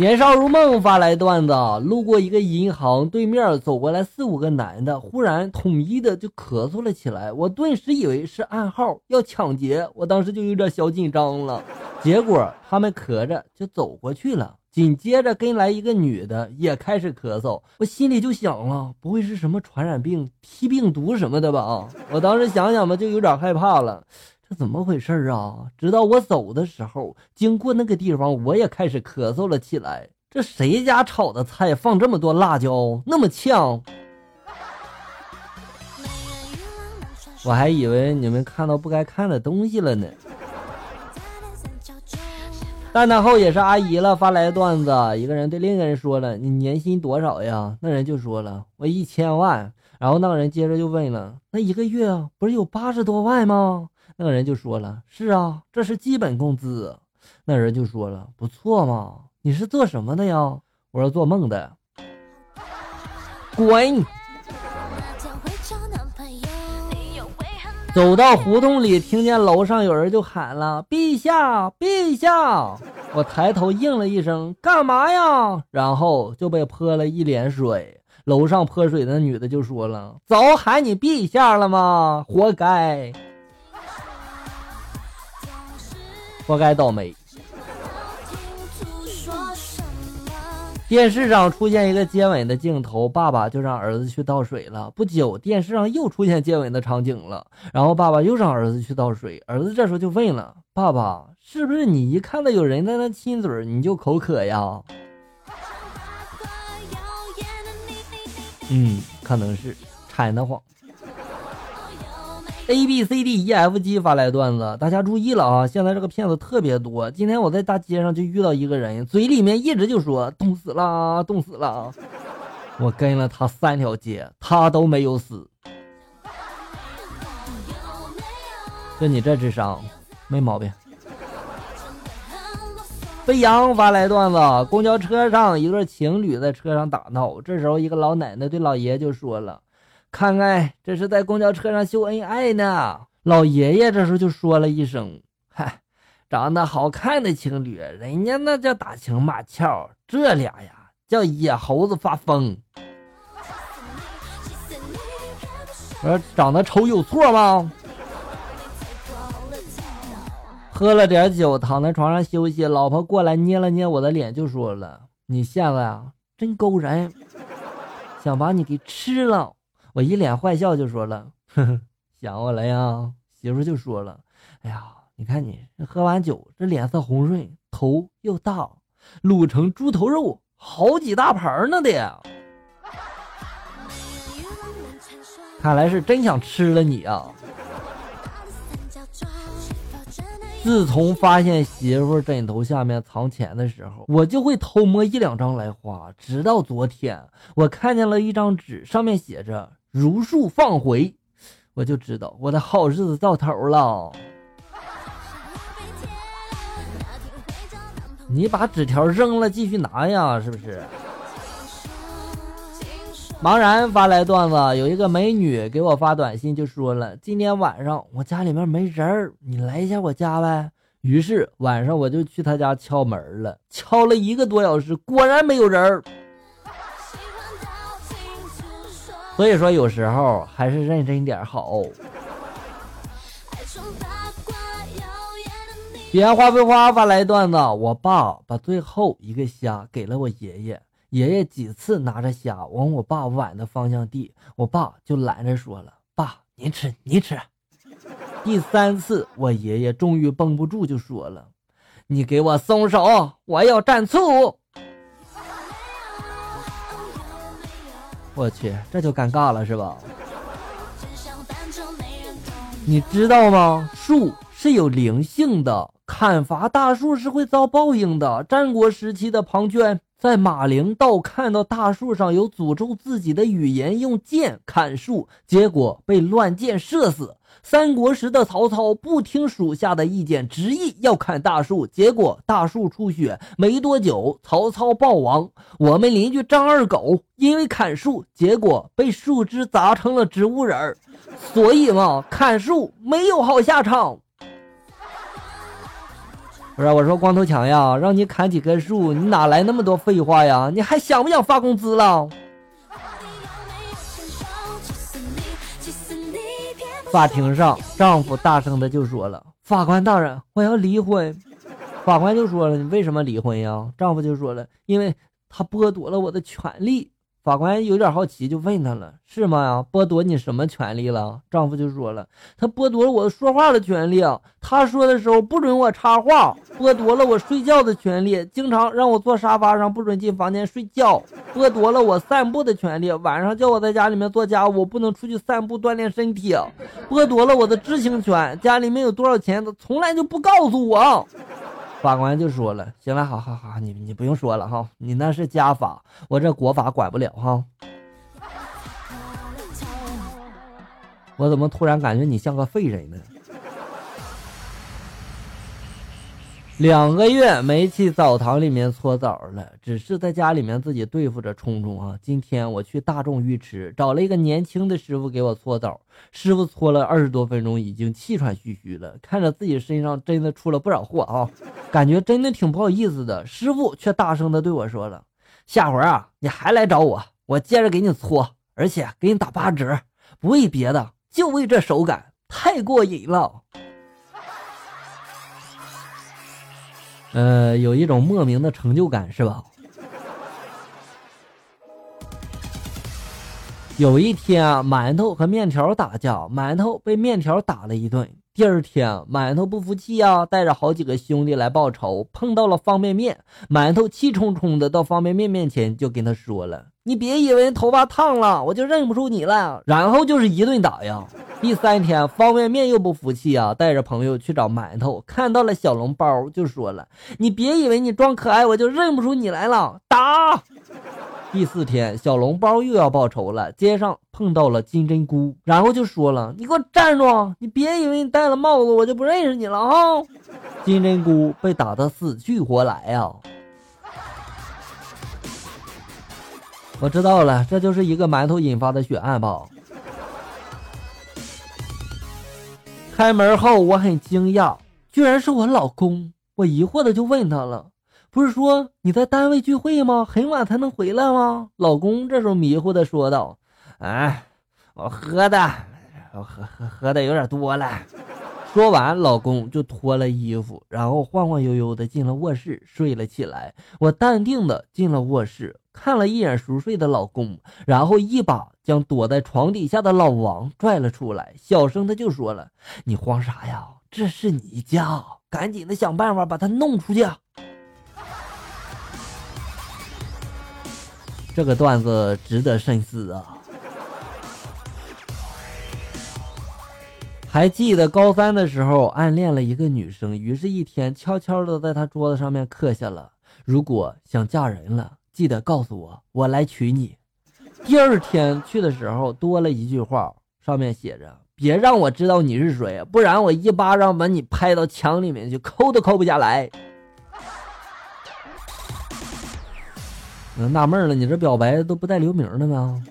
年少如梦发来段子，路过一个银行，对面走过来4、5个男的，忽然统一的就咳嗽了起来，我顿时以为是暗号要抢劫，我当时就有点小紧张了。结果他们咳着就走过去了，紧接着跟来一个女的也开始咳嗽，我心里就想了，不会是什么传染病、T 病毒什么的吧？我当时想想吧，就有点害怕了。这怎么回事啊？直到我走的时候，经过那个地方，我也开始咳嗽了起来。这谁家炒的菜放这么多辣椒，那么呛？我还以为你们看到不该看的东西了呢。蛋后也是阿姨了，发来段子，一个人对另一个人说了：“你年薪多少呀？”那人就说了：“我1000万。”然后那个人接着就问了：“那一个月不是有80多万吗？”那个人就说了：“是啊，这是基本工资。”那人就说了：“不错嘛，你是做什么的呀？”我说：“做梦的。”滚！走到胡同里，听见楼上有人就喊了：“陛下，陛下！”我抬头应了一声：“干嘛呀？”然后就被泼了一脸水。楼上泼水的女的就说了：“早喊你陛下了吗？活该，活该倒霉。”电视上出现一个接吻的镜头，爸爸就让儿子去倒水了。不久，电视上又出现接吻的场景了，然后爸爸又让儿子去倒水。儿子这时候就问了：“爸爸，是不是你一看到有人在那亲嘴你就口渴呀？”可能是馋得慌。ABCDEFG 发来段子，大家注意了啊！现在这个骗子特别多。今天我在大街上就遇到一个人，嘴里面一直就说冻死了，冻死了。我跟了他3条街，他都没有死。就你这智商，没毛病。飞扬发来段子，公交车上一对情侣在车上打闹，这时候一个老奶奶对老爷就说了：“看看，这是在公交车上秀恩爱呢。”老爷爷这时候就说了一声：“嗨，长得好看的情侣，人家那叫打情骂俏，这俩呀叫野猴子发疯。”我说长得丑有错吗？喝了点酒，躺在床上休息，老婆过来捏了捏我的脸，就说了：“你现在啊真勾人，想把你给吃了。”我一脸坏笑就说了：“呵呵，想我了呀。”媳妇就说了：“哎呀，你看你喝完酒，这脸色红润，头又大，卤成猪头肉，好几大盘呢的。看来是真想吃了你啊。”自从发现媳妇枕头下面藏钱的时候，我就会偷摸1、2张来花。直到昨天，我看见了一张纸，上面写着“如数放回”，我就知道我的好日子到头了。你把纸条扔了，继续拿呀，是不是？茫然发来段子，有一个美女给我发短信就说了：“今天晚上我家里面没人，你来一下我家呗。”于是晚上我就去她家敲门了，敲了1个多小时，果然没有人。所以说有时候还是认真点好。别花非花发来段子，我爸把最后一个虾给了我爷爷，爷爷几次拿着虾往我爸碗的方向递，我爸就拦着说了：“爸，你吃你吃。”第3次我爷爷终于绷不住就说了：“你给我松手，我要蘸醋。”我去，这就尴尬了是吧？你知道吗？树是有灵性的，砍伐大树是会遭报应的。战国时期的庞涓在马陵道看到大树上有诅咒自己的语言，用剑砍树，结果被乱箭射死。三国时的曹操不听属下的意见，执意要砍大树，结果大树出血，没多久曹操暴亡。我们邻居张二狗因为砍树，结果被树枝砸成了植物人。所以嘛，砍树没有好下场。 不是，我说光头强呀，让你砍几棵树，你哪来那么多废话呀？你还想不想发工资了？法庭上，丈夫大声的就说了：“法官大人，我要离婚。”法官就说了：“你为什么离婚呀？”丈夫就说了：“因为他剥夺了我的权利。”法官有点好奇，就问他了：“是吗呀？剥夺你什么权利了？”丈夫就说了：“他剥夺了我说话的权利啊！他说的时候不准我插话，剥夺了我睡觉的权利，经常让我坐沙发上，不准进房间睡觉，剥夺了我散步的权利，晚上叫我在家里面做家务，不能出去散步锻炼身体，剥夺了我的知情权，家里面有多少钱，他从来就不告诉我。”法官就说了：“行了，好，你不用说了哈，你那是家法，我这国法管不了哈。”我怎么突然感觉你像个废人呢？2个月没去澡堂里面搓澡了，只是在家里面自己对付着冲冲啊。今天我去大众浴池找了一个年轻的师傅给我搓澡，师傅搓了20多分钟，已经气喘吁吁了，看着自己身上真的出了不少货啊，感觉真的挺不好意思的。师傅却大声的对我说了：“下回啊，你还来找我，我接着给你搓，而且给你打8折，不为别的，就为这手感，太过瘾了。”有一种莫名的成就感是吧？有一天啊，馒头和面条打架，馒头被面条打了一顿。第二天，馒头不服气啊，带着好几个兄弟来报仇，碰到了方便面。馒头气冲冲的到方便面面前就跟他说了：“你别以为头发烫了我就认不出你了。”然后就是一顿打呀。第3天，方便面又不服气啊，带着朋友去找馒头，看到了小笼包就说了：“你别以为你装可爱我就认不出你来了，打！”第4天，小笼包又要报仇了，街上碰到了金针菇，然后就说了：“你给我站住！你别以为你戴了帽子我就不认识你了哈！”金针菇被打得死去活来呀。我知道了，这就是一个馒头引发的血案吧。开门后我很惊讶，居然是我老公。我疑惑的就问他了：“不是说你在单位聚会吗？很晚才能回来吗？”老公这时候迷糊的说道：“我喝的有点多了。”说完，老公就脱了衣服，然后晃晃悠悠的进了卧室睡了起来。我淡定的进了卧室，看了一眼熟睡的老公，然后一把将躲在床底下的老王拽了出来，小声的就说了：“你慌啥呀？这是你家，赶紧的想办法把他弄出去。”这个段子值得深思啊。还记得高3的时候暗恋了一个女生，于是一天悄悄的在她桌子上面刻下了：“如果想嫁人了，记得告诉我，我来娶你。”第2天去的时候多了一句话，上面写着：“别让我知道你是谁，不然我一巴掌把你拍到墙里面去，抠都抠不下来。”纳闷了，你这表白都不带留名的吗？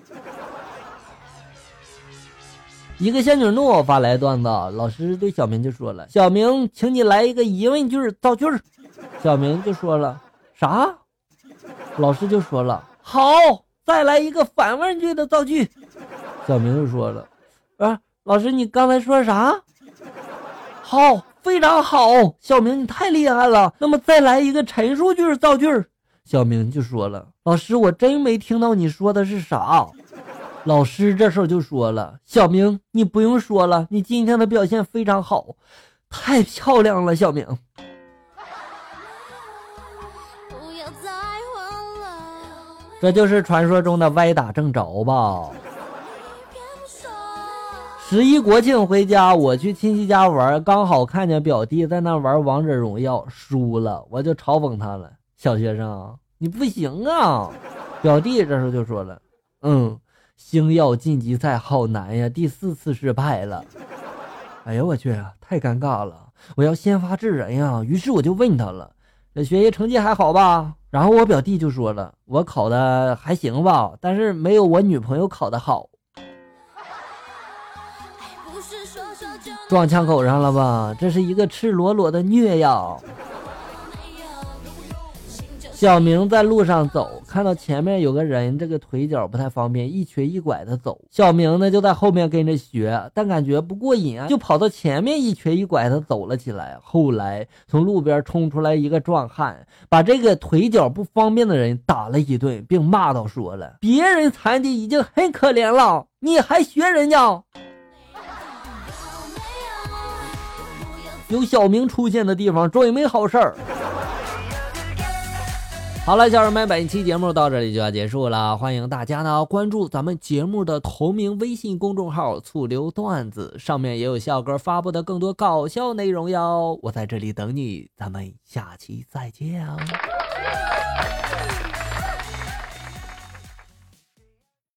一个仙女诺发来段子，老师对小明就说了：“小明，请你来一个疑问句造句。”小明就说了：“啥？”老师就说了：“好，再来一个反问句的造句。”小明就说了：“老师你刚才说啥？”“好，非常好，小明你太厉害了。那么再来一个陈述句造句。”小明就说了：“老师我真没听到你说的是啥。”老师这时候就说了：“小明，你不用说了，你今天的表现非常好，太漂亮了，小明。”这就是传说中的歪打正着吧。11国庆回家，我去亲戚家玩，刚好看见表弟在那玩王者荣耀，输了，我就嘲讽他了：“小学生，你不行啊。”表弟这时候就说了：“星耀晋级赛好难呀，第4次失败了。”哎呀我去，太尴尬了，我要先发制人呀。于是我就问他了：“这学习成绩还好吧？”然后我表弟就说了：“我考的还行吧，但是没有我女朋友考的好。”撞枪口上了吧？这是一个赤裸裸的虐呀。 小明在路上走，看到前面有个人这个腿脚不太方便，一瘸一拐的走。小明呢就在后面跟着学，但感觉不过瘾啊，就跑到前面一瘸一拐的走了起来。后来从路边冲出来一个壮汉，把这个腿脚不方便的人打了一顿，并骂道说了：别人残疾已经很可怜了，你还学人家。有小明出现的地方准没好事儿。好了，小人们，本期节目到这里就要结束了，欢迎大家呢关注咱们节目的同名微信公众号醋溜段子，上面也有笑哥发布的更多搞笑内容哟，我在这里等你，咱们下期再见。